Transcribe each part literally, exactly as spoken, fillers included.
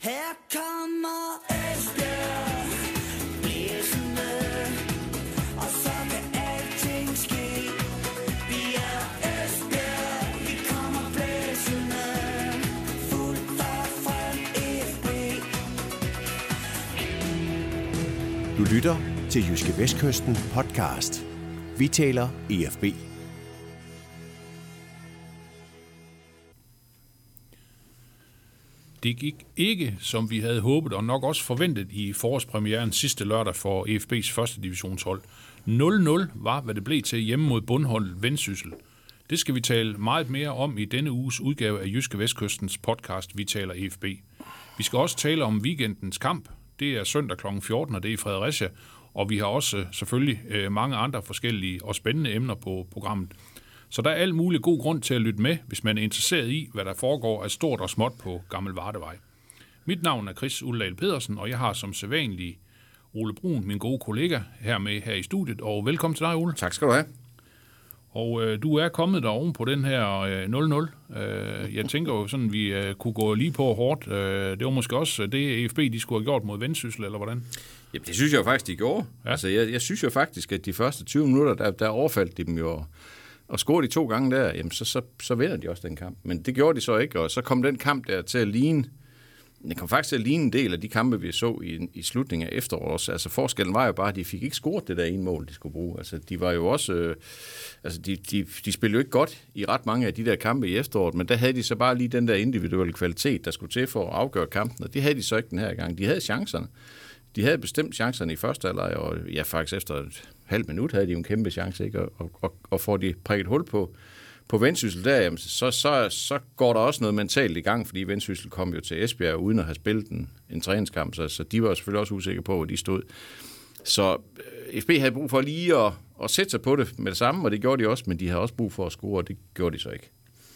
Her kommer Esbjerg blæsende, og så kan alting ske. Vi er Esbjerg, vi kommer blæsende, fuldt og frem F B. Du lytter til Jyske Vestkysten podcast. Vi taler E F B. Det gik ikke, som vi havde håbet og nok også forventet i forårspremieren sidste lørdag for E F B's første divisionshold. nul nul var, hvad det blev til hjemme mod bundholdet Vendsyssel. Det skal vi tale meget mere om i denne uges udgave af Jyske Vestkystens podcast, Vi taler E F B. Vi skal også tale om weekendens kamp. Det er søndag klokken fjorten, og det er i Fredericia. Og vi har også selvfølgelig mange andre forskellige og spændende emner på programmet. Så der er alt muligt god grund til at lytte med, hvis man er interesseret i, hvad der foregår af stort og småt på Gammel Vardevej. Mit navn er Chris Uldal Pedersen, og jeg har som sædvanlig Ole Brun, min gode kollega, her med her i studiet. Og velkommen til dig, Ole. Tak skal du have. Og øh, du er kommet der oven på den her øh, nul nul. Øh, jeg tænker jo sådan, vi øh, kunne gå lige på hårdt. Øh, det var måske også det, E F B de skulle have gjort mod Vendsyssel, eller hvordan? Jamen, det synes jeg jo faktisk, de gjorde. Ja. Altså, jeg, jeg synes jo faktisk, at de første tyve minutter, der, der overfaldt de dem jo. Og scorede de to gange der, jamen så, så, så vinder de også den kamp. Men det gjorde de så ikke, og så kom den kamp der til at ligne, det kom faktisk til at ligne en del af de kampe, vi så i, i slutningen af efteråret. Altså forskellen var jo bare, at de fik ikke scoret det der ene mål, de skulle bruge. Altså de var jo også, øh, altså de, de, de spillede jo ikke godt i ret mange af de der kampe i efteråret, men der havde de så bare lige den der individuelle kvalitet, der skulle til for at afgøre kampen, og det havde de så ikke den her gang. De havde chancerne. De havde bestemt chancerne i første halvleg, og ja, faktisk efter et halvt minut havde de jo en kæmpe chance, ikke? Og, og, og, og får de prikket hul på, på Vendsyssel der, jamen, så, så, så går der også noget mentalt i gang, fordi Vendsyssel kom jo til Esbjerg uden at have spillet en, en træningskamp, så, så de var selvfølgelig også usikre på, hvor de stod. Så F B havde brug for lige at, at sætte sig på det med det samme, og det gjorde de også, men de havde også brug for at score, og det gjorde de så ikke.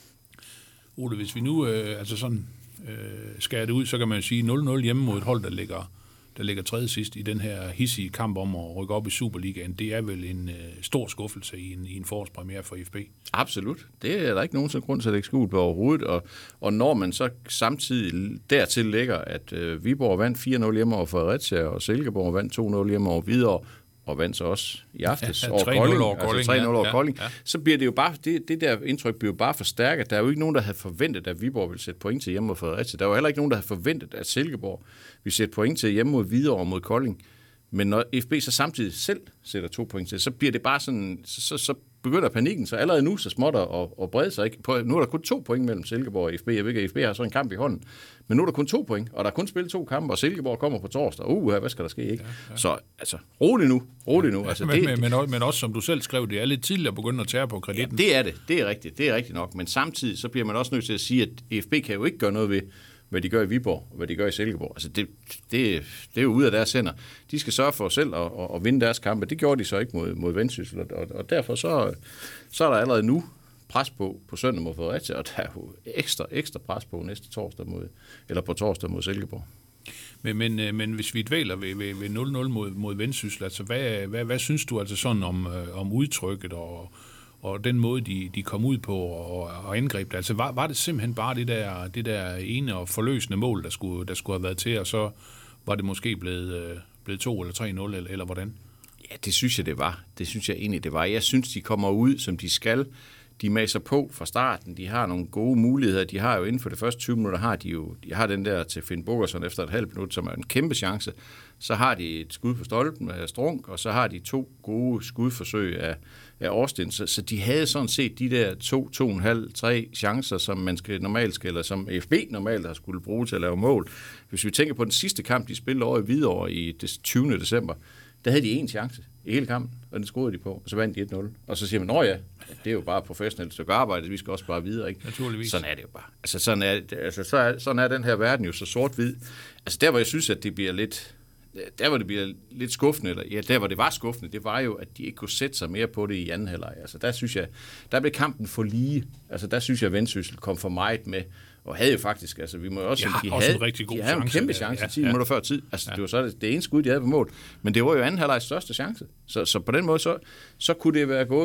Ole, hvis vi nu øh, altså sådan, øh, skærer det ud, så kan man jo sige nul nul hjemme mod et hold, der ligger der ligger tredje sidst i den her hissige kamp om at rykke op i Superligaen. Det er vel en øh, stor skuffelse i en, i en forårspremiere for F B? Absolut. Det er der ikke nogen sådan grund til at lægge skjul på overhovedet. Og, og når man så samtidig dertil lægger, at øh, Viborg vandt fire nul hjemme over Fredericia, og Silkeborg vandt to nul hjemme over Hvidovre, og vandt så også i aftes ja, over Kolding, over Kolding, altså tre nul over ja, Kolding, ja. Så bliver det jo bare, det, det der indtryk bliver jo bare forstærket. Der er jo ikke nogen, der havde forventet, at Viborg ville sætte point til hjemme mod Fredericia. Der var heller ikke nogen, der havde forventet, at Silkeborg ville sætte point til hjemme mod Hvidovre og mod Kolding. Men når F B så samtidig selv sætter to point til, så bliver det bare sådan, så, så, så begynder panikken, så allerede nu så småtter og, og breder sig ikke. På, nu er der kun to point mellem Silkeborg og F B. Jeg ved ikke, at F B har så en kamp i hånden. Men nu er der kun to point, og der er kun spillet to kampe, og Silkeborg kommer på torsdag. Uh, hvad skal der ske, ikke? Ja, ja. Så altså, rolig nu, rolig nu. Altså, men, det, men, men, også, men også, som du selv skrev, det er lidt tidligt at begynde at tære på kreditten. Ja, det er det. Det er rigtigt. Det er rigtigt nok. Men samtidig så bliver man også nødt til at sige, at F B kan jo ikke gøre noget ved, hvad de gør i Viborg, og hvad de gør i Silkeborg. Altså, det, det, det er jo ud af deres hænder. De skal sørge for selv at, at, at vinde deres kampe. Det gjorde de så ikke mod, mod Vendsyssel, og, og derfor så, så er der allerede nu pres på på søndag mod Fredericia, og der er jo ekstra, ekstra pres på næste torsdag mod, eller på torsdag mod Silkeborg. Men, men, men hvis vi dvæler ved, ved, ved nul nul mod, mod Vendsyssel, altså hvad, hvad, hvad synes du altså sådan om, øh, om udtrykket og, og den måde, de, de kom ud på og, og angreb det? Altså var, var det simpelthen bare det der, det der ene og forløsende mål, der skulle, der skulle have været til, og så var det måske blevet, øh, blevet to eller tre nul, eller, eller hvordan? Ja, det synes jeg, det var. Det synes jeg egentlig, det var. Jeg synes, de kommer ud, som de skal. De maser på fra starten. De har nogle gode muligheder. De har jo inden for det første tyve minutter, har de jo de har den der til Finn Bogerson efter et halvt minut, som er en kæmpe chance. Så har de et skud på stolpen af Strunk, og så har de to gode skudforsøg af, af Austin. Så, så de havde sådan set de der to, to og en halv, tre chancer, som man skal normalt skal, eller som F B normalt har skulle bruge til at lave mål. Hvis vi tænker på den sidste kamp, de spillede over i Hvidovre i tyvende december, der havde de én chance i hele kampen, og den scorede de på, og så vandt de et nul. Og så siger man, nå ja, det er jo bare professionelt stykke arbejde, vi skal også bare videre, ikke? Naturligvis. Sådan er det jo bare. Altså sådan er, altså, så er, sådan er den her verden jo så sort-hvid. Altså der, hvor jeg synes, at det bliver lidt, der hvor det bliver lidt skuffende, eller ja, der hvor det var skuffende, det var jo, at de ikke kunne sætte sig mere på det i anden halvleg. Altså der synes jeg, der blev kampen for lige. Altså der synes jeg, at Vendsyssel kom for meget med, og havde jo faktisk, altså vi må jo også, ja, de også havde, en rigtig god de havde chance. en kæmpe chance ja, ti ja. minutter før tid. Altså ja. det var så det, det ene skud, de havde på mål. Men det var jo anden halvlegs største chance. Så, så på den måde, så, så kunne det være gået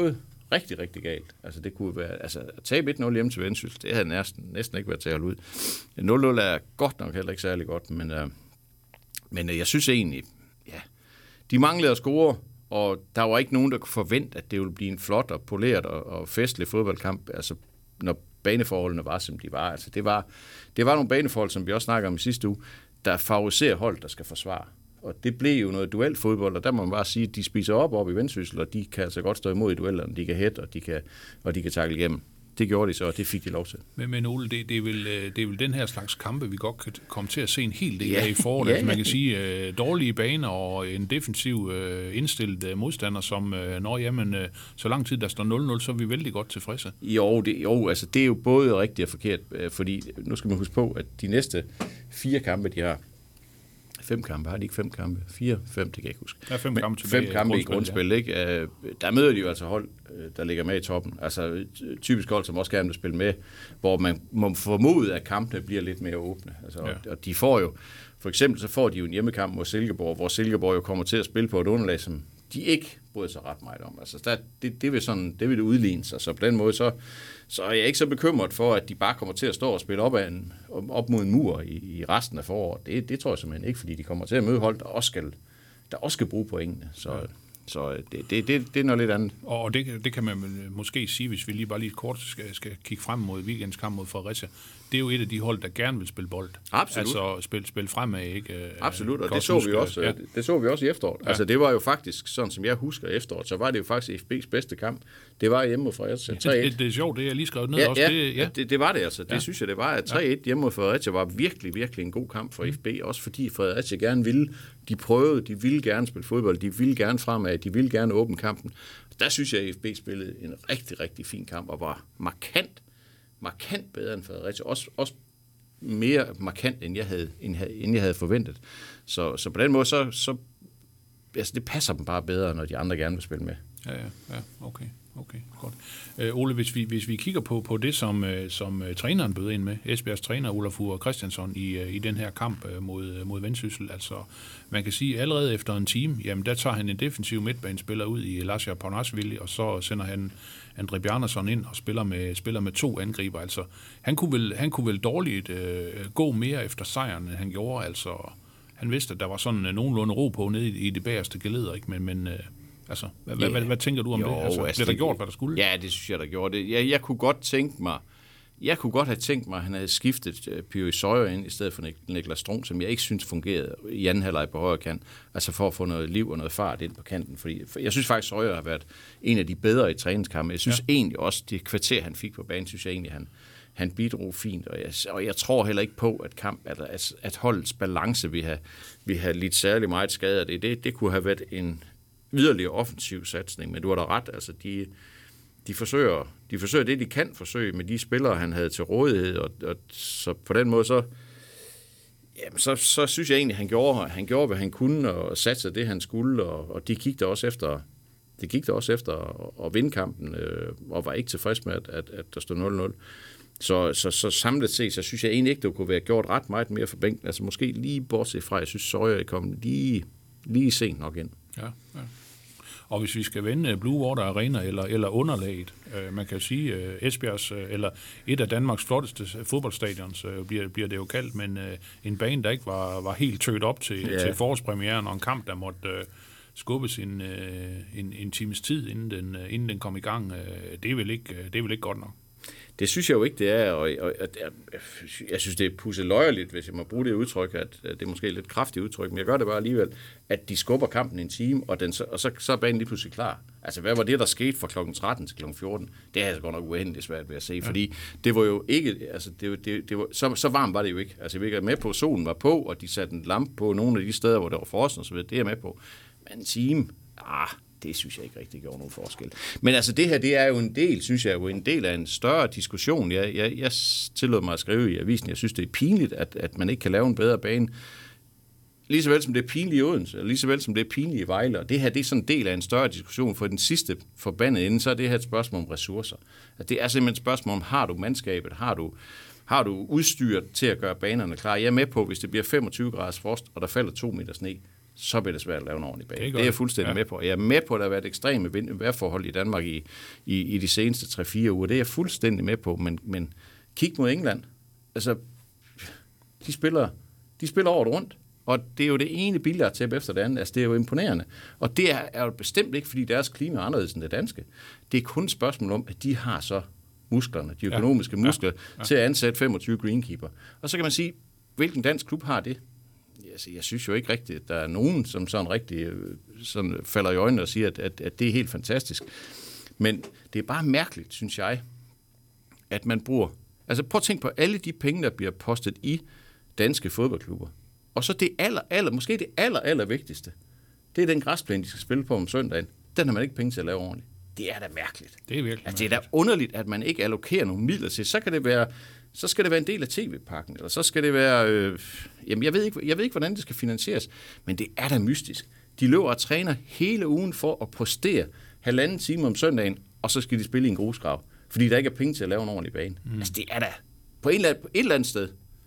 rigtig, rigtig galt. Altså det kunne være, altså at tabe et nul hjemme til Vendsyssel, det havde næsten, næsten ikke været til at holde ud. nul nul er godt nok heller ikke særlig godt, men, øh, men øh, jeg synes egentlig, ja, de manglede at score, og der var ikke nogen, der kunne forvente, at det ville blive en flot og poleret og, og festlig fodboldkamp, altså når baneforholdene var, som de var. Altså det var, det var nogle baneforhold, som vi også snakker om i sidste uge, der favoriserer hold, der skal forsvare. Og det blev jo noget duelfodbold, og der må man bare sige, at de spiser op op i Vendsyssel, og de kan altså godt stå imod i duellerne, de kan hætte, og de kan, og de kan takle igennem. Det gjorde de så, og det fik de lov til. Men, men Ole, det, det, er vel, det er vel den her slags kampe, vi godt kan komme til at se en hel del ja. af i foråret. Ja, ja. Man kan sige, uh, dårlige baner og en defensiv uh, indstillet uh, modstander, som uh, når jamen, uh, så lang tid der står nul nul, så er vi vældig godt tilfredse. Jo, det, jo altså, det er jo både rigtigt og forkert, uh, fordi nu skal man huske på, at de næste fire kampe, de har Fem kampe, har de ikke fem kampe? Fire, fem, det kan jeg ikke huske. Der er fem kampe tilbage. Fem kampe i grundspil, ja. Ikke? Der møder de jo altså hold, der ligger med i toppen. Altså typisk hold, som også gerne vil spille med, hvor man må formode, at kampene bliver lidt mere åbne. Altså, ja. Og de får jo, for eksempel så får de jo en hjemmekamp mod Silkeborg, hvor Silkeborg jo kommer til at spille på et underlag, som de ikke bryder sig ret meget om. Altså der, det, det, vil sådan, det vil det udligne sig. Så på den måde, så, så er jeg ikke så bekymret for, at de bare kommer til at stå og spille op, af en, op mod en mur i, i resten af foråret. Det, det tror jeg simpelthen ikke, fordi de kommer til at møde hold, der også skal, der også skal bruge pointene. Så, ja. så det, det, det, det er noget lidt andet. Og det, det kan man måske sige, hvis vi lige bare lige kort skal, skal kigge frem mod weekends kamp mod Fredericia. Det er jo et af de hold, der gerne vil spille bold. Absolut. Altså spille, spille fremad, ikke? Absolut, og det så, vi også, ja. det så vi også i efteråret. Ja. Altså det var jo faktisk, sådan som jeg husker efteråret, så var det jo faktisk F B's bedste kamp. Det var hjemme mod Fredericia. Ja, det, det er sjovt, det jeg lige skrevet ned ja, også. Ja, det, ja. Det, det var det altså. Det ja. synes jeg, det var. tre et hjemme mod Fredericia var virkelig, virkelig en god kamp for mm. F B. Også fordi Fredericia gerne ville. De prøvede, de ville gerne spille fodbold, de ville gerne fremad, de ville gerne åbne kampen. Der synes jeg, at F B spillede en rigtig, rigtig fin kamp og var markant, markant bedre end Fredericia. Også, også mere markant, end jeg havde, end jeg havde forventet. Så, så på den måde, så, så altså det passer dem bare bedre, når de andre gerne vil spille med. Ja, ja, ja, okay. Okay, godt. Øh, Ole, hvis vi, hvis vi kigger på, på det, som, som uh, træneren bød ind med, Esbjergs træner, Olafur Christiansson, i, uh, i den her kamp uh, mod, mod Vendsyssel, altså man kan sige, allerede efter en time, jamen der tager han en defensiv midtbanespiller ud i Lasja Paunasvili, og så sender han André Bjarnason ind og spiller med, spiller med to angriber. Altså, han kunne vel, han kunne vel dårligt uh, gå mere efter sejren, end han gjorde. Altså, han vidste, at der var sådan uh, nogenlunde ro på nede i, i det bagerste geleder, ikke? Men, men uh, Altså, hvad, ja, hvad, hvad tænker du om jo, det? Altså, altså, blev der gjort, hvad der skulle? Ja, det synes jeg, der gjorde det. Jeg, jeg kunne godt tænke mig, jeg kunne godt have tænkt mig, at han havde skiftet uh, Pio Søjer ind, i stedet for Niklas Strøm, som jeg ikke synes fungerede i anden halvleg på højre kant, altså for at få noget liv og noget fart ind på kanten. Fordi, for jeg synes faktisk, at Søjer har været en af de bedre i træningskampe. Jeg synes ja. egentlig også, det kvarter, han fik på banen, synes jeg egentlig, han, han bidrog fint. Og jeg, og jeg tror heller ikke på, at, kamp, at, at, at holdets balance vil have, vil have lidt særlig meget skade af det. det. Det kunne have været en yderligere offensiv satsning, men du har da ret, altså de, de, forsøger, de forsøger det, de kan forsøge med de spillere, han havde til rådighed, og, og så på den måde, så, jamen, så, så synes jeg egentlig, han gjorde, han gjorde, hvad han kunne, og satte det, han skulle, og, og de gik der også efter, de gik der også efter at, at vinde kampen, øh, og var ikke tilfreds med, at, at, at der stod nul nul. Så, så, så samlet set, så synes jeg egentlig ikke, det kunne være gjort ret meget mere for bænken, altså måske lige bortset fra, jeg synes, Søjer kom lige, lige sent nok ind. Ja, ja. Og hvis vi skal vende Blue Water Arena eller, eller underlaget, øh, man kan jo sige øh, Esbjergs, øh, eller et af Danmarks flotteste fodboldstadions, øh, bliver, bliver det jo kaldt, men øh, en bane, der ikke var, var helt tødt op til, ja. til forårspremieren, og en kamp, der måtte øh, skubbes en, øh, en, en times tid, inden den, øh, inden den kom i gang, øh, det, er vel ikke, det er vel ikke godt nok. Det synes jeg jo ikke, det er, og, og, og jeg synes, det er pusseløjerligt, hvis jeg må bruge det udtryk, at, at det er måske et lidt kraftigt udtryk, men jeg gør det bare alligevel, at de skubber kampen en time, og, den, og så, så er banen lige pludselig klar. Altså, hvad var det, der skete fra klokken tretten til klokken fjorten? Det er altså godt nok uendeligt svært ved at se, ja. Fordi det var jo ikke, altså, det, det, det var, så, så varmt var det jo ikke. Altså, vi er med på, solen var på, og de satte en lampe på nogle af de steder, hvor der var frost og så videre, det er jeg med på. Men en time, ah, det synes jeg ikke rigtig gjorde nogen forskel. Men altså det her, det er jo en del, synes jeg, jo en del af en større diskussion. Jeg, jeg, jeg tillod mig at skrive i avisen, jeg synes, det er pinligt, at, at man ikke kan lave en bedre bane. Lige så vel som det er pinligt i Odense, og lige så vel som det er pinligt i Vejle. Og det her, det er sådan en del af en større diskussion, for den sidste forbandede ende, så er det her et spørgsmål om ressourcer. At det er simpelthen et spørgsmål om, har du mandskabet, har du, har du udstyret til at gøre banerne klar? Jeg er med på, hvis det bliver femogtyve graders frost, og der falder to meter sne, så bliver det svært at lave en ordentlig bane. Det, det er jeg fuldstændig ja. med på. Jeg er med på, at der har været ekstreme vejrforhold i Danmark i, i, i de seneste tre fire uger. Det er jeg fuldstændig med på, men, men kig mod England. Altså, de spiller, de spiller året rundt, og det er jo det ene billardtæppe efter det andet. Altså, det er jo imponerende. Og det er, er jo bestemt ikke, fordi deres klima er anderledes end det danske. Det er kun et spørgsmål om, at de har så musklerne, de økonomiske ja. muskler, ja. Ja. til at ansætte femogtyve greenkeeper. Og så kan man sige, hvilken dansk klub har det? Altså, jeg synes jo ikke rigtigt, at der er nogen, som sådan rigtig sådan falder i øjnene og siger, at, at, at det er helt fantastisk. Men det er bare mærkeligt, synes jeg, at man bruger... Altså prøv at tænke på alle de penge, der bliver postet i danske fodboldklubber. Og så det aller, aller, måske det aller, aller vigtigste, det er den græsplæne, de skal spille på om søndagen. Den har man ikke penge til at lave ordentligt. Det er da mærkeligt. Det er virkelig altså, det er da underligt, at man ikke allokerer nogle midler til. Så kan det være... så skal det være en del af tv-pakken, eller så skal det være... Øh, jamen, jeg ved, ikke, jeg ved ikke, hvordan det skal finansieres, men det er da mystisk. De løber og træner hele ugen for at postere halvanden time om søndagen, og så skal de spille i en grusgrav, fordi der ikke er penge til at lave en ordentlig bane. Mm. Altså, det er da... På, en eller anden, på et eller andet sted,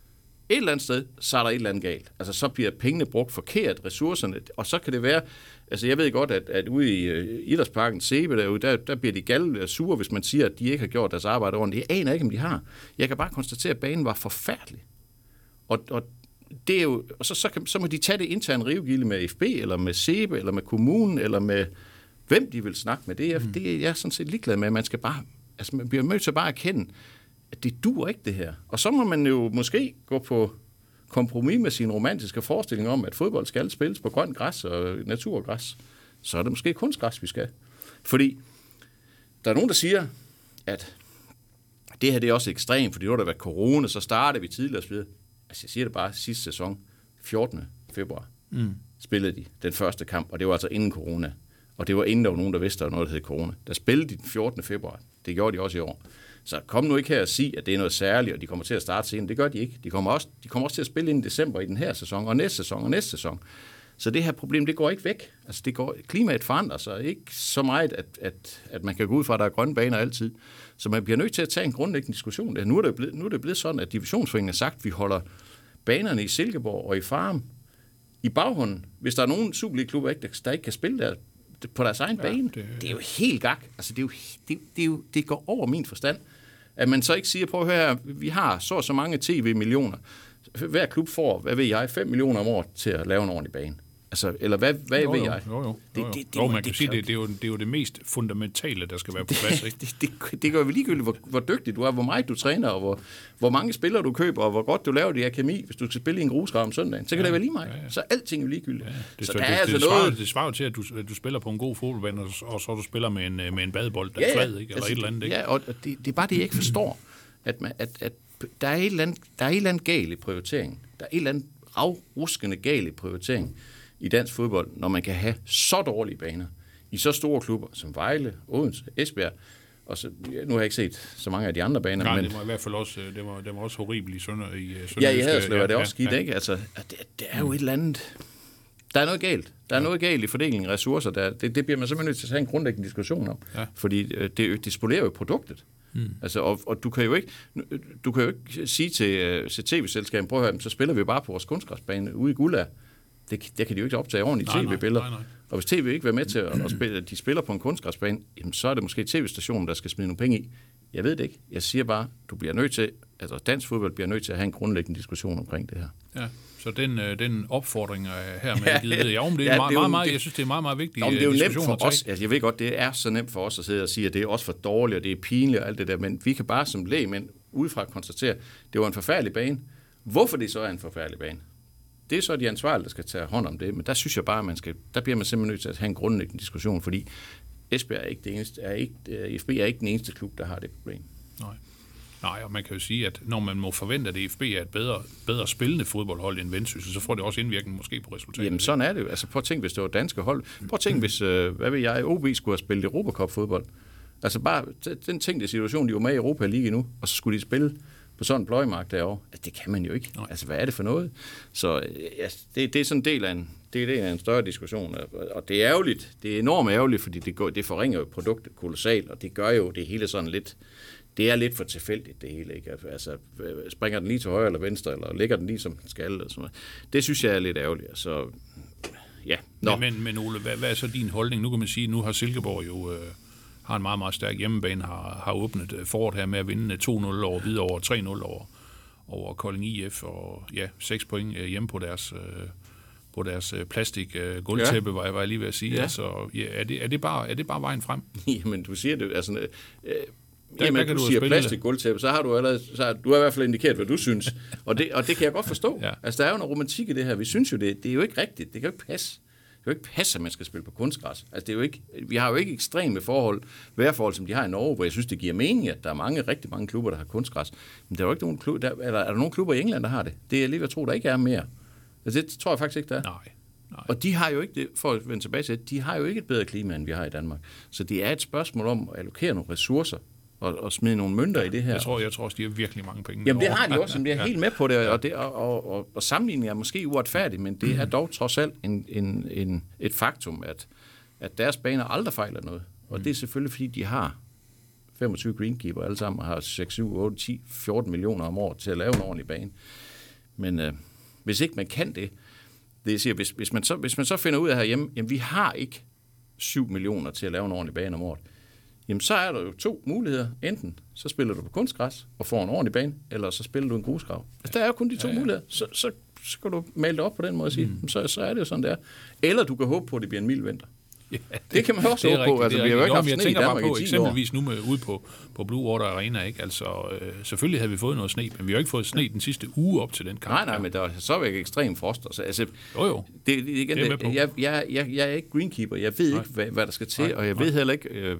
et eller andet sted, så er der et eller andet galt. Altså, så bliver pengene brugt forkert, ressourcerne, og så kan det være... Altså, jeg ved godt, at, at ude i uh, Idrætsparken, Sebe, derude, der, der bliver de galde sure, hvis man siger, at de ikke har gjort deres arbejde ordentligt. Jeg aner ikke, om de har. Jeg kan bare konstatere, at banen var forfærdelig. Og, og, det er jo, og så, så, kan, så må de tage det interne rivegilde med F B, eller med Sebe, eller med kommunen, eller med hvem de vil snakke med. Det er, mm. det er jeg sådan set ligeglad med. Man skal bare... Altså, man bliver nødt til bare at erkende, at det duer ikke, det her. Og så må man jo måske gå på kompromis med sin romantiske forestilling om, at fodbold skal spilles på grønt græs og naturgræs. Så er det måske kunstgræs, vi skal. Fordi der er nogen, der siger, at det her det er også ekstremt, fordi nu har der været corona, så startede vi tidligere og så videre. Altså jeg siger det bare, sidste sæson, fjortende februar, mm. spillede de den første kamp, og det var altså inden corona. Og det var inden der var nogen, der vidste, der var noget, der hed corona. Der spillede de den fjortende februar. Det gjorde de også i år. Så kom nu ikke her og sige, at det er noget særligt, og de kommer til at starte senere. Det gør de ikke. De kommer også, de kommer også til at spille ind i december i den her sæson, og næste sæson, og næste sæson. Så det her problem, det går ikke væk. Altså, det går, klimaet forandrer sig ikke så meget, at, at, at man kan gå ud fra, at der er grønne baner altid. Så man bliver nødt til at tage en grundlæggende diskussion. Nu er det blevet, nu er det blevet sådan, at divisionsforeningen har sagt, at vi holder banerne i Silkeborg og i Farum i baghånden. Hvis der er nogen Superliga-klubber, der ikke kan spille der på deres egen ja, bane, det, det er jo helt gak. Altså, det, er jo, det, det, er jo, det går over min forstand. At man så ikke siger, prøv at høre her, vi har så og så mange tv-millioner. Hver klub får, hvad ved jeg, fem millioner om året til at lave en ordentlig bane. Altså, eller hvad, hvad jo, ved jo, jeg? Jo, jo. Det, jo, jo. Det, det, jo man det, kan det, sige, det, det, er jo, det er jo det mest fundamentale, der skal være på plads. Ikke? Det, det, det, det gør jo ligegyldigt, hvor, hvor dygtig du er, hvor meget du træner, og hvor, hvor mange spillere du køber, og hvor godt du laver det i akademi, hvis du skal spille i en grusgrav om søndagen. Så kan ja, det være lige meget. Ja, ja. Så alting er jo ligegyldigt. Ja, det, så det, der det, er altså det, noget... svarer, det svarer til, at du, at du spiller på en god fodboldbane, og, og så du spiller med en, med en badebold, der ja, er flad, ikke? Eller altså, et eller andet. Ikke? Ja, og det, det er bare det, jeg ikke forstår. At, man, at, at der er et eller andet, der er et eller andet galt i prioriteringen. Der er et eller andet ravruskende galt i prioriteringen i dansk fodbold, når man kan have så dårlige baner i så store klubber som Vejle, Odense, Esbjerg, og så, ja, nu har jeg ikke set så mange af de andre baner. Nej, men det var i hvert fald også, det var, det var også horribelt i Sønder. I Sønderjysk. Ja, i Haderslev er det ja, også skidt, ja. Ikke? Altså, det, det er jo et eller andet... Der er noget galt. Der er ja. noget galt i fordelingen af ressourcer. Der, det, det bliver man simpelthen nødt til at have en grundlæggende diskussion om. Ja. Fordi det disponerer jo produktet. Mm. Altså, og, og du kan jo ikke du kan jo ikke sige til, til tv-selskabet, prøv at høre, så spiller vi bare på vores kunstgræsbane ude i Gulda. Det, det kan de jo ikke optage ordentligt tv-billeder. Og hvis tv ikke vil med til at, at spille, at de spiller på en kunstgræsbane, jamen, så er det måske tv-stationen, der skal smide nogle penge i. Jeg ved det ikke. Jeg siger bare, du bliver nødt til, altså dansk fodbold bliver nødt til at have en grundlæggende diskussion omkring det her. Ja. Så den, den opfordring her med givet, ja, ja, det er ja, meget, det er meget, meget, jeg synes, det er meget, meget vigtigt. Det er jo nemt for os, altså, jeg ved godt, det er så nemt for os at sidde og sige, at det er også for dårligt, og det er pinligt og alt det der, men vi kan bare som lægmænd udefra konstatere, at det var en forfærdelig bane. Hvorfor det så er en forfærdelig bane? Det er så de ansvarlige, der skal tage hånd om det, men der synes jeg bare, at man skal, der bliver man simpelthen nødt til at have en grundlæggende diskussion, fordi Esbjerg er ikke det eneste, er ikke, F B er ikke den eneste klub, der har det problem. Nej. Nej, og man kan jo sige, at når man må forvente, at F B er et bedre, bedre spillende fodboldhold end Vendsyssel, så får det også indvirkning måske på resultatet. Jamen sådan er det jo. Altså prøv at tænke, hvis det var danske hold. Prøv at tænke, hvis, øh, hvad ved jeg, O B skulle have spillet Europacup-fodbold. Altså bare den tænkte situation, de var med i Europa League nu, og så skulle de spille på sådan en pløjemark derovre. Altså, det kan man jo ikke. Nej. Altså, hvad er det for noget? Så ja, det, det er sådan en del af en, det er del af en større diskussion, og det er ærgerligt. Det er enormt ærgerligt, fordi det, går, det forringer jo produktet kolossalt, og det gør jo det hele sådan lidt. Det er lidt for tilfældigt, det hele, ikke? Altså, springer den lige til højre eller venstre, eller ligger den lige, som den skal, eller sådan noget. Det synes jeg er lidt ærgerligt. Så ja. Nå. Men, men, men Ole, hvad, hvad er så din holdning? Nu kan man sige, nu har Silkeborg jo øh, har en meget, meget stærk hjemmebane, har, har åbnet foråret her med at vinde to nul over Hvidovre, tre nul over, over Kolding I F, og ja, seks point hjemme på deres... Øh, på deres plastik øh, gulvtæppe, ja. var, jeg, var jeg lige ved at sige. Ja. Altså, ja, er, det, er, det bare, er det bare vejen frem? Jamen, du siger det, altså... Øh, der, jamen, du, du siger plastik gulvtæppe, så har du allerede... Så har, du har i hvert fald indikeret, hvad du synes. Og det, og det kan jeg godt forstå. Ja. Altså, der er jo noget romantik i det her. Vi synes jo, det, det er jo ikke rigtigt. Det kan jo ikke passe. Det kan jo ikke passe, at man skal spille på kunstgræs. Altså, det er jo ikke, vi har jo ikke ekstreme forhold, vejrforhold, som de har i Norge, hvor jeg synes, det giver mening, at der er mange, rigtig mange klubber, der har kunstgræs. Men der er jo ikke nogen klubber... Der, eller er der nogen klubber i England, der har det? Det er jeg lige ved at tro, der ikke er mere. Altså, det tror jeg faktisk ikke, der er. Nej. Nej. Og de har jo ikke det, for at vende tilbage til, de har jo ikke et bedre klima, end vi har i Danmark. Så det er et spørgsmål om at allokere nogle ressourcer og, og smide nogle mønter ja, i det her. Jeg tror, jeg tror også, de har virkelig mange penge. Jamen det har de også, men jeg er helt med på det, og, det, og, og, og, og sammenligningen er måske uretfærdig, men det er dog trods alt en, en, en, et faktum, at, at deres baner aldrig fejler noget. Og det er selvfølgelig, fordi de har femogtyve greenkeeper alle sammen, og har seks, syv, otte, ti, fjorten millioner om året til at lave en ordentlig bane. Men øh, hvis ikke man kan det, det siger, hvis, hvis, man så, hvis man så finder ud af herhjemme, jamen vi har ikke syv millioner til at lave en ordentlig bane om året, jamen så er der jo to muligheder. Enten så spiller du på kunstgræs og får en ordentlig bane, eller så spiller du en grusgrav. Altså der er jo kun de to ja, ja. muligheder. Så, så, så kan du male det op på den måde og sige, mm. så, så er det jo sådan, det er. Eller du kan håbe på, at det bliver en mild vinter. Ja, det, det kan man også håbe på. Altså, vi har jo ikke haft sne i Danmark i ti eksempelvis år. Nu med ude på, på Blue Water Arena, ikke? Altså, øh, selvfølgelig havde vi fået noget sne, men vi har jo ikke fået sne den sidste uge op til den kamp. Nej, nej, men der var så ikke ekstrem frost. Altså, altså, jo, jo. Det, det, igen, det er jeg, jeg, jeg, jeg er ikke greenkeeper. Jeg ved nej. ikke, hvad, hvad der skal til, nej, og jeg nej. ved heller ikke, øh,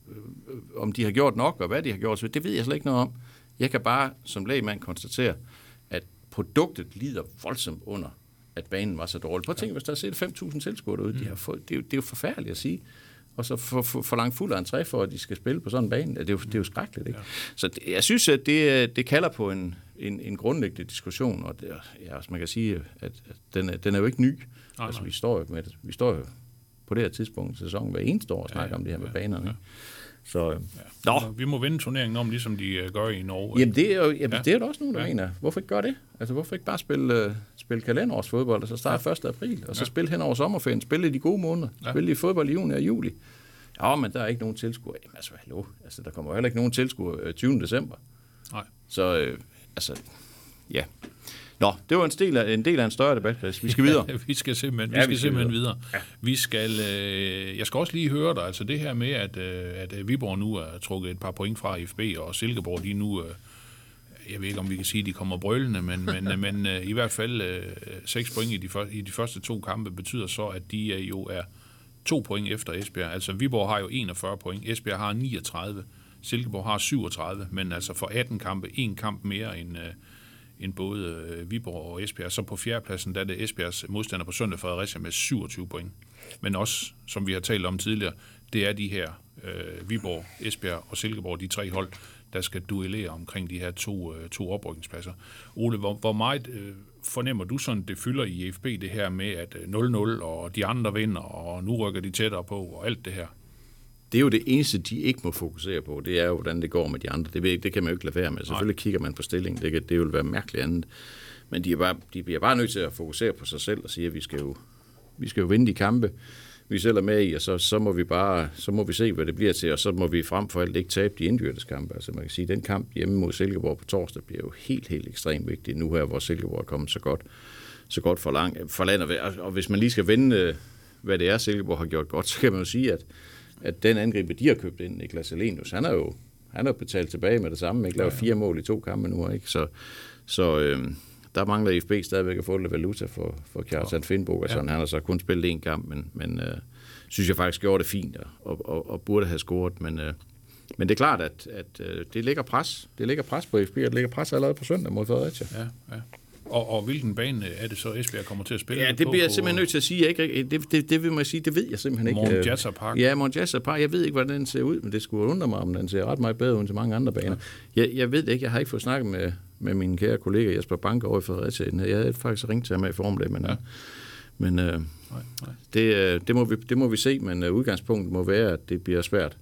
om de har gjort nok, og hvad de har gjort. Så det ved jeg slet ikke noget om. Jeg kan bare som lægmand konstatere, at produktet lider voldsomt under at banen var så dårlig. Prøv at tænke, hvis der er set fem tusind tilskuere derude, mm. de har fået, det, er jo, det er jo forfærdeligt at sige. Og så for, for, for langt fuld af entré for, at de skal spille på sådan en bane. Det er jo, det er jo skrækkeligt, ikke? Ja. Så det, jeg synes, at det, det kalder på en, en, en grundlæggende diskussion, og det, ja, man kan sige, at, at den, er, den er jo ikke ny. Nej, altså, nej. Vi står jo med det. Vi står jo på det her tidspunkt i sæsonen hver eneste år og snakker ja, ja, om det her med ja, banerne. Ja. Så, øh, ja. Nå. Vi må vinde turneringen om, ligesom de uh, gør i Norge. Jamen, det er jo jamen, ja. det er der også nogen, der ja. mener. Hvorfor ikke gøre det? Altså, hvorfor ikke bare spille, uh, spille kalenderårsfodbold, og så starte ja. første april, og så ja. spille hen over sommerferien, spille i de gode måneder, ja. spille i fodbold i juni og juli. Ja, men der er ikke nogen tilskuere. Jamen, altså, hallo. Altså, der kommer heller ikke nogen tilskuere tyvende december. Nej. Så, øh, altså, ja. Nå, det var en del af en, del af en større debat, Chris. Vi skal videre. vi skal simpelthen, ja, vi skal vi skal simpelthen videre. videre. Ja. Vi skal, øh, jeg skal også lige høre dig, altså det her med, at, øh, at Viborg nu er trukket et par point fra I F B, og Silkeborg, de nu, øh, jeg ved ikke, om vi kan sige, at de kommer brølende, men, men, men øh, i hvert fald øh, seks point i de, for, i de første to kampe betyder så, at de øh, jo er to point efter Esbjerg. Altså Viborg har jo enogfyrre point, Esbjerg har niogtredive, Silkeborg har syvogtredive, men altså for atten kampe, en kamp mere end... Øh, end både øh, Viborg og Esbjerg. Så på fjerdepladsen, der er det Esbjergs modstander på søndag Fredericia med syvogtyve point. Men også, som vi har talt om tidligere, det er de her øh, Viborg, Esbjerg og Silkeborg, de tre hold, der skal duellere omkring de her to, øh, to oprykningspladser. Ole, hvor, hvor meget øh, fornemmer du sådan, det fylder i F B det her med, at øh, nul nul og de andre vinder, og nu rykker de tættere på, og alt det her? Det er jo det eneste, de ikke må fokusere på. Det er jo, hvordan det går med de andre. Det, det kan man jo ikke lade være med. Selvfølgelig kigger man på stillingen. Det, kan, det vil være mærkeligt andet. Men de, er bare, de bliver bare nødt til at fokusere på sig selv og sige, at vi skal jo, vi skal jo vinde de kampe, vi selv er med i, og så, så må vi bare så må vi se, hvad det bliver til, og så må vi frem for alt ikke tabe de indbyrdes kampe. Altså man kan sige, at den kamp hjemme mod Silkeborg på torsdag bliver jo helt, helt ekstremt vigtig nu her, hvor Silkeborg er kommet så godt, så godt for, lang, for landet. Og hvis man lige skal vende, hvad det er, Silkeborg har gjort godt, så kan man jo sige, at at den angriber, de har købt ind, Niklas Elenius, han er jo han har betalt tilbage med det samme, ikke? Lavet ja, ja. fire mål i to kampe nu, ikke? Så, så øh, der mangler F B stadigvæk at få lidt valuta for, for Kjartan ja. Finnboga, ja. Han har så kun spillet én kamp, men, men øh, synes jeg faktisk gjorde det fint, og, og, og burde have scoret, men, øh, men det er klart, at, at øh, det ligger pres, det ligger pres på F B, og det ligger pres allerede på søndag mod Fredericia. Ja, ja. Og, og hvilken bane er det så, Esbjerg kommer til at spille? Ja, det bliver jeg simpelthen nødt til at sige. Jeg ikke, det, det, det vil man sige, det ved jeg simpelthen ikke. Monjassa Park. Ja, Monjassa Park. Jeg ved ikke, hvordan den ser ud, men det skulle undre mig, om den ser ret meget bedre ud end til mange andre baner. Ja. Jeg, jeg ved det ikke. Jeg har ikke fået snakket med, med min kære kollega Jesper Banker over i Fredericia. Jeg havde faktisk ringt til ham i formiddag, men, ja. men øh, nej, nej. Det, det, må vi, det må vi se, men udgangspunktet må være, at det bliver svært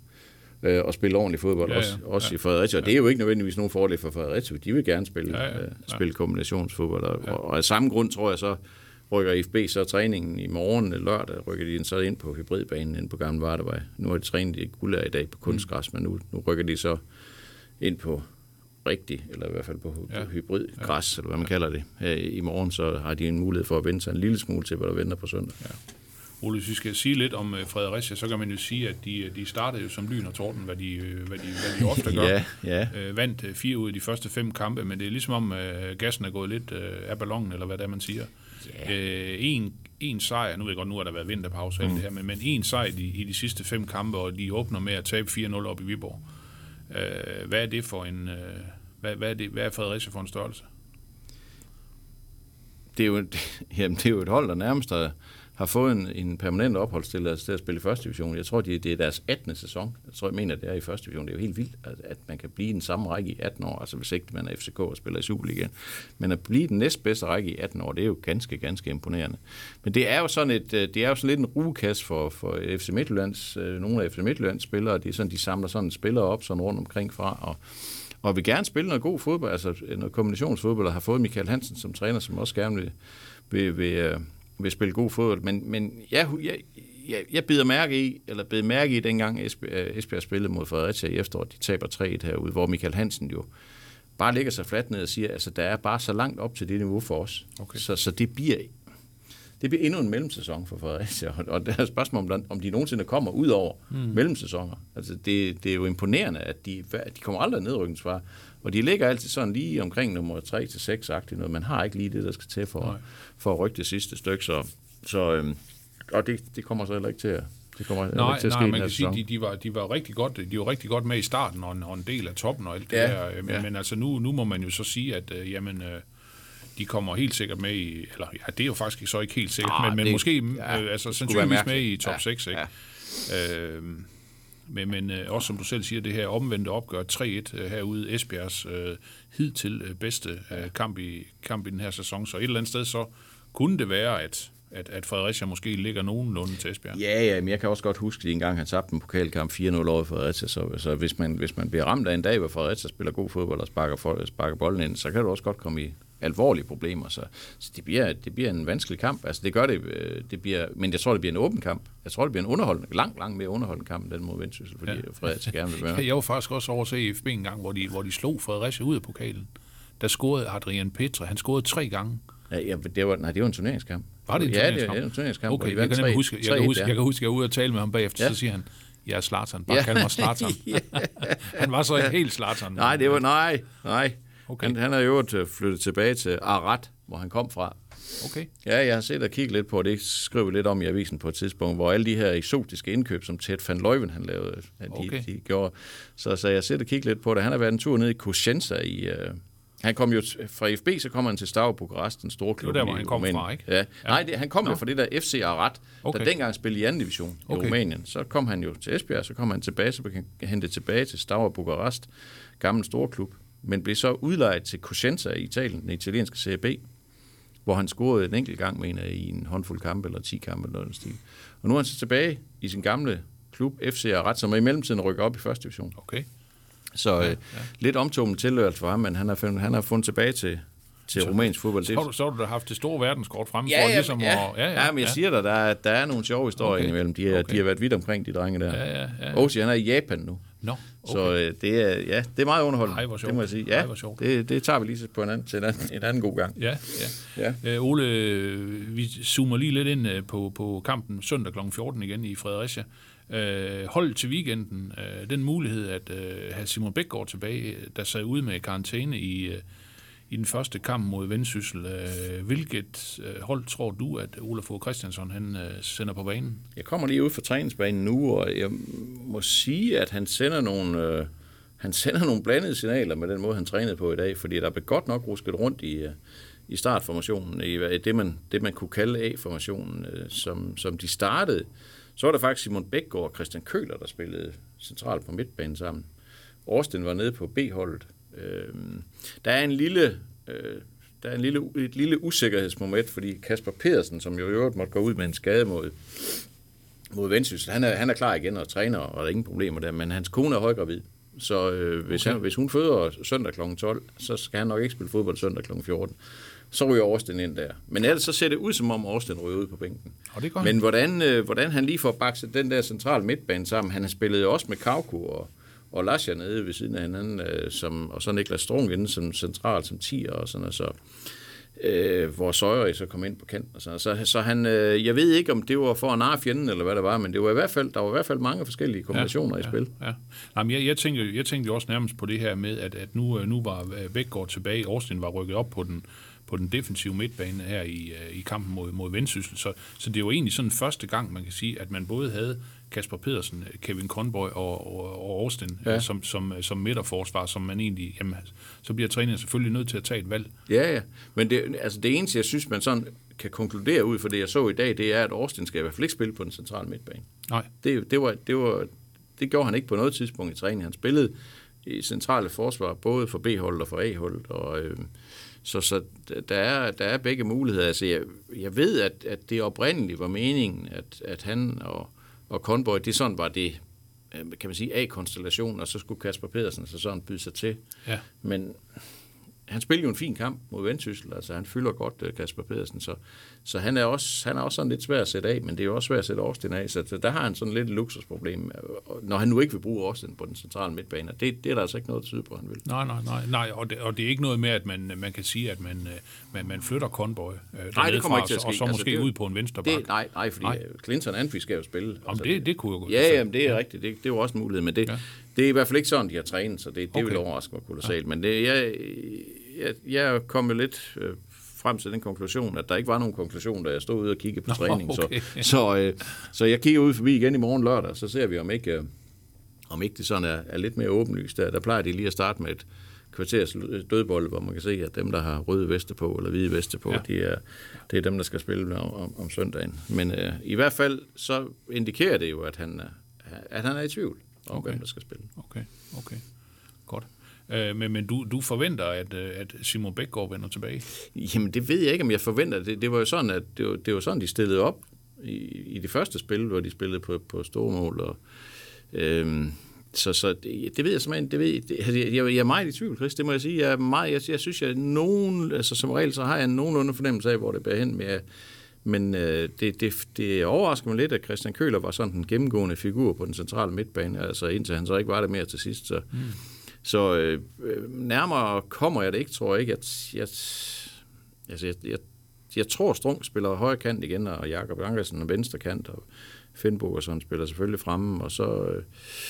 at spille ordentlig fodbold, ja, ja, også, også ja, i Fredericia. Og ja. det er jo ikke nødvendigvis nogen fordel for Fredericia. De vil gerne spille, ja, ja, ja. spille kombinationsfodbold. Og, ja. og af samme grund tror jeg så, rykker F B så træningen i morgen lørdag, rykker de så ind på hybridbanen inde på Gamle Vardevej. Nu har de trænet i Guldager i dag på kunstgræs, men nu, nu rykker de så ind på rigtig, eller i hvert fald på ja. hybridgræs, ja. eller hvad man ja. kalder det. Her i morgen så har de en mulighed for at vente sig en lille smule til, hvad der venter på søndag. Ja. Ole, hvis vi skal sige lidt om Fredericia, så kan man jo sige, at de, de startede jo som lyn og torden, hvad de, hvad de, hvad de ofte gør. ja, ja. Øh, vandt fire ud af de første fem kampe, men det er ligesom om øh, gassen er gået lidt øh, af ballonen, eller hvad det er, man siger. Yeah. Øh, en, en sejr, nu ved jeg godt, nu har der været vinterpause, mm. det her, men, men en sejr i, i de sidste fem kampe, og de åbner med at tabe fire nul op i Viborg. Øh, hvad er det for en... Øh, hvad, hvad, er det, hvad er Fredericia for en størrelse? Det er jo, jamen, det er jo et hold, der nærmest har, har fået en, en permanent opholdstilladelse til at spille i første division. Jeg tror, det, det er deres attende sæson. Jeg tror, jeg mener, det er i første division. Det er jo helt vildt, at, at man kan blive i den samme række i atten år, altså hvis ikke man er F C K og spiller i Superligaen. Men at blive den næstbedste række i atten år, det er jo ganske, ganske imponerende. Men det er jo sådan, et, det er jo sådan lidt en rugekasse for, for F C Midtjyllands, nogle af F C Midtjyllands spillere. Det er sådan, de samler sådan spillere op sådan rundt omkring fra, og Og vil gerne spille noget god fodbold, altså noget kombinationsfodbold, og har fået Michael Hansen som træner, som også gerne vil, vil, vil, vil spille god fodbold. Men, men jeg, jeg, jeg, jeg bider mærke i, eller bider mærke i dengang Esbjerg, Esbjerg spillede mod Fredericia i efteråret, de taber tre et herude, hvor Michael Hansen jo bare lægger sig fladt ned og siger, altså der er bare så langt op til det niveau for os. Okay. Så, så det bliver... Det bliver endnu en mellemsæson for Fredericia, og det er et spørgsmål, om, om de nogensinde kommer ud over mm. mellemsæsoner. Altså det, det er jo imponerende, at de, de kommer aldrig nedrykningsfra, og de ligger altid sådan lige omkring nummer tre til seks-agtigt noget. Man har ikke lige det, der skal til for, for at rykke det sidste stykke, så, så øhm, og det, det kommer så heller ikke til at det kommer nej, ikke til at ske. Nej, man kan sige, de, de, var, de var rigtig godt, de var rigtig godt med i starten, og en, og en del af toppen og alt det ja, der. Men, ja. men altså nu, nu må man jo så sige, at øh, jamen... Øh, de kommer helt sikkert med i, eller ja, det er jo faktisk så ikke helt sikkert, ah, men, men det, måske ja, øh, altså sandsynligvis med i top ja, seks, ikke? Ja. Øh, men men øh, også som du selv siger, det her omvendte opgør tre et øh, herude, Esbjergs øh, hidtil øh, bedste øh, kamp, i, kamp i den her sæson, så et eller andet sted så kunne det være, at At, at Fredericia måske ligger nogenlunde til Esbjerg. Ja, ja, men jeg kan også godt huske, at en gang han tabte en pokalkamp fire nul over Fredericia, så, så hvis, man, hvis man bliver ramt af en dag, hvor Fredericia spiller god fodbold og sparker, for, sparker bolden ind, så kan du også godt komme i alvorlige problemer. Så, så det, bliver, det bliver en vanskelig kamp. Altså det gør det, det bliver, men jeg tror, det bliver en åben kamp. Jeg tror, det bliver en underholdende, langt, langt mere underholdende kamp end den mod Vendsyssel, fordi ja. Fredericia gerne vil være. Jeg var faktisk også over at se F B en gang, hvor de, hvor de slog Fredericia ud af pokalen. Der scorede Adrian Petre. Han scorede tre gange. Ja, det var, nej, det var en turneringskamp. Var det en ja, turneringskamp? Ja, det var en turneringskamp. Okay, jeg kan, tre, huske, jeg, kan huske, jeg kan huske, at jeg var ude og tale med ham bagefter, ja. Så siger han, jeg er Zlatan. Bare ja. Kald mig Zlatan. ja. Han var så ikke helt Zlatan. Nej, det var, nej, nej. Okay. Han, han er jo flyttet tilbage til Arad, hvor han kom fra. Okay. Ja, jeg har set og kigget lidt på det. Det skrev vi lidt om i avisen på et tidspunkt, hvor alle de her eksotiske indkøb, som Ted van Leuven han lavede, de, okay. de gjorde. Så, så jeg har set og kigget lidt på det. Han har været en tur ned i Cosenza i... Uh, han kom jo fra F B, så kom han til Steaua Bukarest, den store klub. Det var der, hvor han kom fra, ikke? Ja. Ja. Nej, det, han kom jo fra det der F C Arad, okay. der dengang spillede i anden division i okay. Rumænien. Så kom han jo til Esbjerg, så kom han tilbage, så blev han hentet tilbage til Steaua Bukarest, gammel store klub, men blev så udlejet til Cosenza i Italien, den italienske Serie B, hvor han scorede en enkelt gang, mener jeg, i en håndfuld kampe, eller ti kampe, eller noget stil. Og nu er han så tilbage i sin gamle klub, F C Arad, som er i mellemtiden rykker op i første division. Okay. Så ja, ja. lidt omtumlet tilhørelse for ham, men han har fundet, han har fundet tilbage til, til rumænsk fodbold. Så, så, så har du da haft det store verdenskort fremme ja, for ligesom ja, at... Ja, ja, ja, men jeg ja. siger dig, der er, der er nogle sjove historier okay. imellem. De, er, okay. de har været vidt omkring, de drenge der. Ja, ja, ja. Osi, han er i Japan nu. No, okay. Så øh, det, er, ja, det er meget underholdende. Ej, hvor sjovt. Det må jeg sige. Ja, Ej, det, det tager vi lige på en anden, til en anden, en anden god gang. Ja, ja. ja. Øh, Ole, vi zoomer lige lidt ind på, på kampen søndag klokken fjorten igen i Fredericia. Øh, hold til weekenden, øh, den mulighed at øh, have Simon Bækgaard tilbage, der sad ude med karantæne i, øh, i den første kamp mod Vendsyssel. Øh, hvilket øh, hold tror du, at Ole Fogh Christiansson han, øh, sender på banen? Jeg kommer lige ud fra træningsbanen nu, og jeg må sige, at han sender nogle, øh, han sender nogle blandede signaler med den måde, han trænede på i dag, fordi der blev godt nok rusket rundt i, i startformationen, i det man, det, man kunne kalde A-formationen, øh, som, som de startede. Så var der faktisk Simon Bækgaard og Christian Køhler, der spillede centralt på midtbanen sammen. Austin var nede på B-holdet. Øh, der er en lille, øh, der er en lille, et lille usikkerhedsmoment, fordi Kasper Pedersen, som jo i øvrigt måtte gå ud med en skade mod, mod Vendsyssel, han er, han er klar igen og træner, og der er ingen problemer der, men hans kone er højgravid. Så øh, hvis, okay. han, hvis hun føder søndag klokken tolv, så skal han nok ikke spille fodbold søndag klokken fjorten. så ryger Austin ind der. Men ellers så ser det ud, som om Austin ryger ud på bænken. Og det gør Men hvordan, øh, hvordan han lige får bakset den der centrale midtbane sammen, han har spillet jo også med Kauko og, og Lascia nede ved siden af hinanden, øh, som, og så Niklas Strunk inde som central, som tier og sådan noget, så øh, hvor Søjre så kom ind på kanten og sådan noget. Så, så han, øh, jeg ved ikke, om det var for at narre fjenden, eller hvad det var, men det var i hvert fald, der var i hvert fald mange forskellige kombinationer ja, ja, i spil. Ja. Nej, men jeg, jeg, tænkte, jeg tænkte jo også nærmest på det her med, at, at nu, nu var Bækgaard tilbage, Austin var rykket op på den, på den defensive midtbane her i, i kampen mod, mod Vendsyssel. Så, så det er jo egentlig sådan første gang, man kan sige, at man både havde Kasper Pedersen, Kevin Conboy og, og, og Austin ja. som, som, som midterforsvar, som man egentlig, jamen, så bliver træneren selvfølgelig nødt til at tage et valg. Ja, ja. Men det, altså det eneste, jeg synes, man sådan kan konkludere ud for det, jeg så i dag, det er, at Austin skal i hvert fald ikke spille på den centrale midtbane. Nej. Det, det, var, det, var, det gjorde han ikke på noget tidspunkt i træningen. Han spillede i centrale forsvar, både for B-holdet og for A-holdet, og øh, Så, så der, er, der er begge muligheder. Altså, jeg, jeg ved, at, at det oprindeligt var meningen, at, at han og, og Conboy, det sådan var det, kan man sige, A-konstellation, og så skulle Kasper Pedersen så sådan byde sig til. Ja. Men han spiller jo en fin kamp mod Vendsyssel, altså han fylder godt Kasper Pedersen, så, så han, er også, han er også sådan lidt svær at sætte af, men det er jo også svært at sætte Austin af, så der har han sådan lidt et luksusproblem, når han nu ikke vil bruge Austin på den centrale midtbane. Det, det er der altså ikke noget at tyde på, han vil. Nej, nej, nej, nej og, det, og det er ikke noget med, at man, man kan sige, at man, man, man flytter Conboy øh, nej, det kommer ikke til at ske. Og så altså, måske det, ud på en venstre bak. Nej, nej, fordi nej. Clinton Anfi skal jo spille. Jamen, altså, det, det kunne jo gå. Ja, jamen, det er ja. rigtigt, det, det er jo også en mulighed, men det, ja. det er i hvert fald ikke sådan, de har trænet, så det, det okay. vil overraske mig kolossalt, ja. men det, jeg... Jeg, jeg kom jo lidt øh, frem til den konklusion, at der ikke var nogen konklusion, da jeg stod ude og kiggede på Nå, træning. Okay. Så, så, øh, så jeg kigger ud forbi igen i morgen lørdag, så ser vi, om ikke, øh, om ikke det sådan er, er lidt mere åbenlyst. Der, der plejer de lige at starte med et kvarters dødbold, hvor man kan se, at dem, der har røde veste på, eller hvide veste på, ja. de er, det er dem, der skal spille om, om, om søndagen. Men øh, i hvert fald, så indikerer det jo, at han, at han er i tvivl om, okay. hvem der skal spille. Okay, okay. Godt. Men, men du, du forventer, at, at Simon Bækgaard vender tilbage? Jamen, det ved jeg ikke, om jeg forventer. Det, det var jo sådan, at det var, det var sådan, de stillede op i, i det første spil, hvor de spillede på, på store mål. Og, øhm, så så det, det ved jeg simpelthen. Det ved, det, jeg, jeg er meget i tvivl, Chris. Det må jeg sige. Jeg, er meget, jeg, jeg synes, at nogen, altså som regel, så har jeg en nogenlunde fornemmelse af, hvor det bærer hen med. Men øh, det, det, det overrasker mig lidt, at Christian Køhler var sådan en gennemgående figur på den centrale midtbane, altså indtil han så ikke var der mere til sidst. Så mm. Så øh, nærmere kommer jeg det ikke, tror jeg ikke. At jeg, altså jeg, jeg, jeg tror, Strunk spiller højre kant igen, og Jakob Ankersen er venstre kant, og Finnbogason spiller selvfølgelig fremme, og så øh,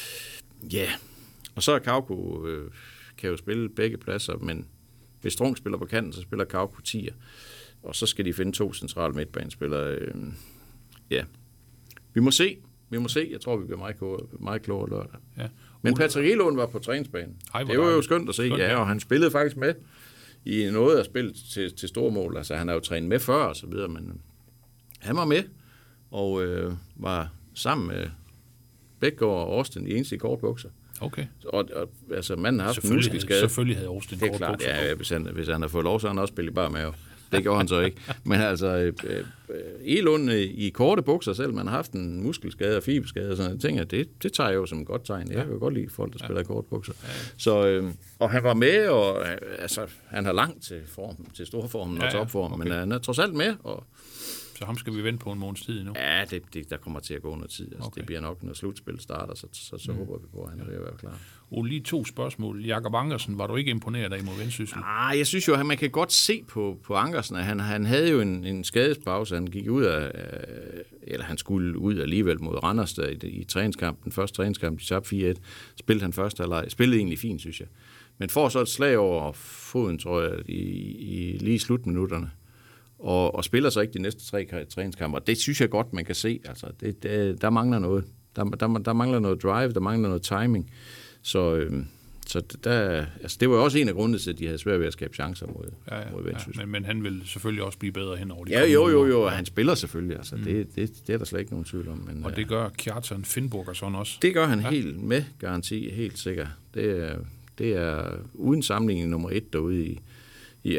ja, yeah. og så er Kauko øh, kan jo spille begge pladser, men hvis Strunk spiller på kanten, så spiller Kauko tier, og så skal de finde to centrale midtbanespillere. Øh, ja, yeah. Vi må se. Vi må se. Jeg tror, vi bliver meget klogere, meget klogere lørdag. Ja. Men Patrick Elund var på træningsbanen. Ej, det var jo skønt at se. Skønt, ja, og han spillede faktisk med i noget af spillet til, til store mål. Altså, han har jo trænet med før og så videre, men han var med og øh, var sammen med Bækgaard og Austin i eneste kortbukser. Okay. Og, og altså, manden har haft en muskelskade. Selvfølgelig havde Austin kortbukser. Det er klart, ja, hvis han, hvis han har fået lov, så har han også spillet bare med. Det gjorde han så ikke. Men altså, øh, øh, Elund i korte bukser selv, man har haft en muskelskade og fiberskade og sådan noget. Jeg tænker, det, det tager jeg jo som et godt tegn. Jeg kan jo godt lide folk, der spiller i korte bukser. Ja. Så, øh, og han var med, og øh, altså, han har langt til form, til storformen og ja, ja. topformen, okay. Men han er trods alt med. Og, så ham skal vi vente på en måneds tid nu? Ja, det, det, der kommer til at gå noget tid. Altså, okay. Det bliver nok, når slutspillet starter, så, så, så mm. håber vi på, at han er ved at være klar. Og lige to spørgsmål. Jakob Ankersen, var du ikke imponeret af mod Vendsyssel? Nej, jeg synes jo, at man kan godt se på, på Ankersen, at han, han havde jo en, en skadespause. Han gik ud af, eller han skulle ud alligevel mod Randers der, i, i træningskampen. Den første træningskamp, de tabte fire et. Spillede han første halvleg. Spillede egentlig fint, synes jeg. Men får så et slag over foden, tror jeg, i, i lige slutminutterne. Og, og spiller så ikke de næste tre træningskamper. Det synes jeg godt, man kan se. Altså, det, det, der mangler noget. Der, der, der mangler noget drive, der mangler noget timing. Så, øh, så der, altså, det var jo også en af grundene til, at de havde svært ved at skabe chancer mod, ja, ja, mod Vendsyssel. Ja, men, men han vil selvfølgelig også blive bedre hen over de ja, jo, jo, jo, og han spiller selvfølgelig. Altså, mm. det, det, det er der slet ikke nogen tvivl om. Men, og det gør Kjartan Finnbogason også? Det gør han ja. helt med garanti, helt sikkert. Det er, det er uden sammenligning nummer et derude i i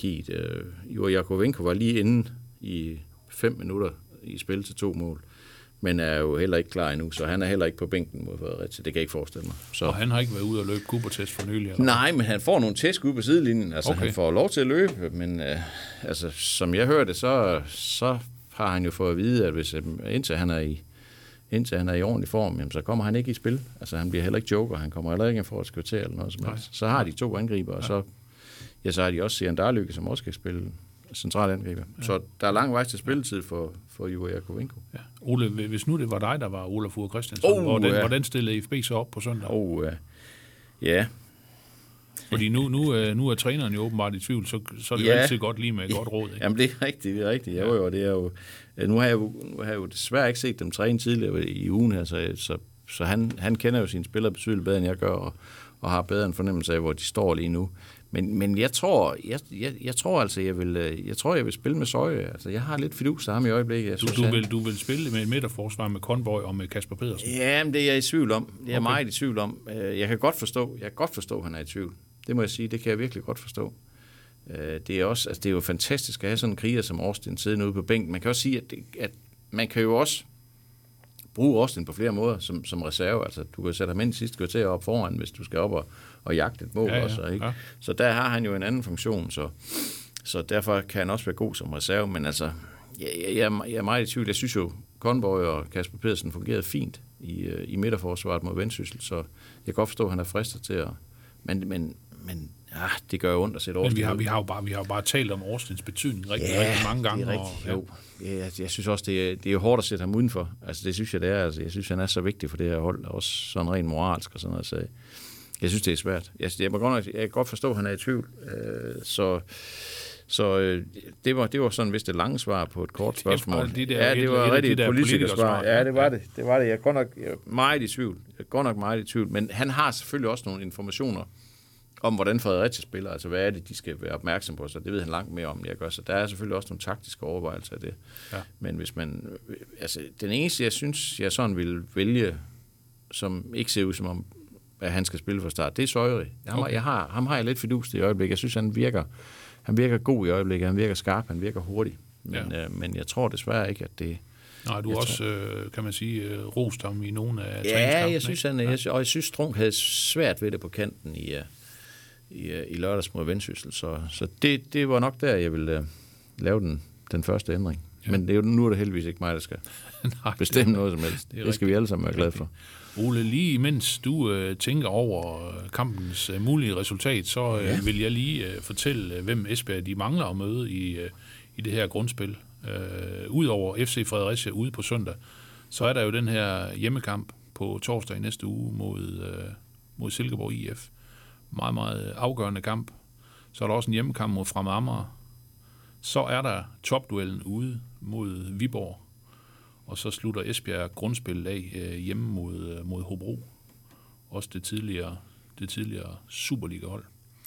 angriberhierarkiet. Jo, Jakovenko var lige inde i fem minutter i spil til to mål. men er jo heller ikke klar endnu, så han er heller ikke på bænken mod Fredericia. Det kan jeg ikke forestille mig. Så. Og han har ikke været ude og løbe Cooper-test for nylig? Eller? Nej, men han får nogle tæsk ude på sidelinjen. Altså, okay. Han får lov til at løbe, men øh, altså, som jeg hørte, så, så har han jo fået at vide, at hvis, indtil han er i indtil han er i ordentlig form, jamen, så kommer han ikke i spil. Altså, han bliver heller ikke joker, han kommer heller ikke for at skvittere eller noget som helst. Så har de to angriber, og så, ja, så har de også Sian Darlykke, som også skal spille central angriber. Ja. Så der er lang vej til spilletid for, for Jure Jakovenko. Ja. Ole, hvis nu det var dig, der var Olaf Ure Christensen, oh, hvordan, ja. hvordan stillede F B så op på søndag? Oh, ja. ja. Fordi nu, nu, nu er træneren jo åbenbart i tvivl, så, så er det ja. jo altid godt lige med et godt råd. Ikke? Jamen det er rigtigt, det er rigtigt. Jeg, jo, det er jo, nu, har jeg jo, nu har jeg jo desværre ikke set dem træne tidligere i ugen her, så, så, så han, han kender jo sine spillere betydeligt bedre, end jeg gør, og, og har bedre en fornemmelse af, hvor de står lige nu. Men, men jeg tror, jeg, jeg, jeg tror altså, jeg vil, jeg tror, jeg vil spille med Søje. Altså, jeg har lidt fidus af ham i øjeblikket. Jeg du, synes, du, han... vil, du vil spille med et midterforsvar med Conboy og med Kasper Pedersen? Ja, men det er jeg i tvivl om. Det er jeg okay. meget i tvivl om. Jeg kan godt forstå, jeg kan godt forstå, at han er i tvivl. Det må jeg sige, det kan jeg virkelig godt forstå. Det er også, altså det er jo fantastisk at have sådan en kriger som Austin siddende ude på bænken. Man kan også sige, at, det, at man kan jo også bruge Austin på flere måder som, som reserve. Altså, du kan sætte ham ind i sidste kvarter op foran, hvis du skal op og, og jagte et mål ja, ja, også. Ikke? Ja. Så der har han jo en anden funktion, så, så derfor kan han også være god som reserve. Men altså, jeg, jeg, jeg er meget i tvivl. Jeg synes jo, Conboy og Kasper Pedersen fungerede fint i, i midterforsvaret mod Vendsyssel, så jeg kan godt forstå, at han er fristet til at... Men, men, men ja, det gør jo ondt at sætte Austin. Men vi har, vi har jo bare, vi har jo bare talt om Austins betydning rigtig, ja, rigtig mange gange. Det er rigtigt, og, ja. Jo. Jeg, jeg synes også, det er, det er jo hårdt at sætte ham udenfor. Altså, det synes jeg, det er. Altså, jeg synes, han er så vigtig for det her hold, også sådan rent moralsk og sådan noget. Så jeg synes, det er svært. Jeg, jeg, må godt nok, jeg kan godt forstå, at han er i tvivl. Øh, så så øh, det, var, det var sådan vist det lange svar på et kort spørgsmål. Det der, ja, det var et, rigtig et politikersvar. Ja, det var ja. det. Det var det. Jeg er godt nok jeg er meget i tvivl. Jeg er godt nok meget i tvivl. Men han har selvfølgelig også nogle informationer om, hvordan Fredericia spiller, altså hvad er det, de skal være opmærksom på, så det ved han langt mere om, end jeg gør, så der er selvfølgelig også nogle taktiske overvejelser af det. Ja. Men hvis man, altså den eneste, jeg synes, jeg sådan vil vælge, som ikke ser ud som om, at han skal spille fra start, det er Søjeri. Ham, okay. jeg har, ham har jeg lidt fidus i øjeblikket. Jeg synes, han virker, han virker god i øjeblikket, han virker skarp, han virker hurtig, men, ja. øh, men jeg tror desværre ikke, at det... Nej, du har også, øh, kan man sige, øh, rost ham i nogle af ja, jeg synes, han, ja. jeg, og jeg synes, Strunk havde svært ved det på kanten i... Uh, i, i lørdags mod Vendsyssel, så, så det, det var nok der, jeg ville uh, lave den, den første ændring. Ja. Men det er jo, nu er det heldigvis ikke mig, der skal Nej, bestemme det, noget som helst. Det, det skal vi alle sammen være glade for. Ole, lige imens du uh, tænker over kampens uh, mulige resultat, så uh, ja. vil jeg lige uh, fortælle, uh, hvem Esbjerg de mangler at møde i, uh, i det her grundspil. Uh, Udover F C Fredericia ude på søndag, så er der jo den her hjemmekamp på torsdag i næste uge mod, uh, mod Silkeborg I F. Meget, meget afgørende kamp. Så er der også en hjemmekamp mod Fremad Amager. Så er der topduellen ude mod Viborg. Og så slutter Esbjerg grundspillet af øh, hjemme mod, mod Hobro. Også det tidligere, det tidligere Superliga-hold.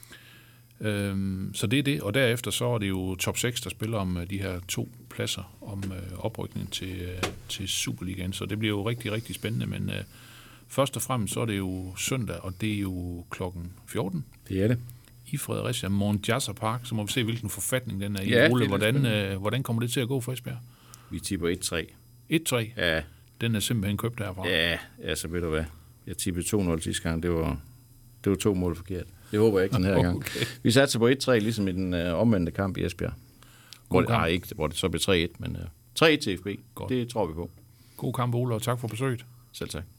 Øhm, så det er det. Og derefter så er det jo top seks, der spiller om de her to pladser om øh, oprykning til, øh, til Superligaen. Så det bliver jo rigtig, rigtig spændende. Men... Øh, Først og fremmest så er det jo søndag, og det er jo klokken fjorten. Det er det. I Fredericia, Montjasser Park, så må vi se, hvilken forfatning den er i. Ja, Ole, hvordan, øh, hvordan kommer det til at gå for Esbjerg? Vi tipper et tre. et tre? Ja. Den er simpelthen købt herfra. Ja, ja, så ved du hvad. Jeg tippede to nul sidste gang, det var, det var to mål forkert. Det håber jeg ikke den her gang. Okay. Vi satte på et tre, ligesom i den øh, omvendte kamp i Esbjerg. Hvor det, nej, ikke, hvor det så blev tre et, men øh, tre et til F B. Godt. Det tror vi på. God kamp, Ole, og tak for besøget. Selv tak.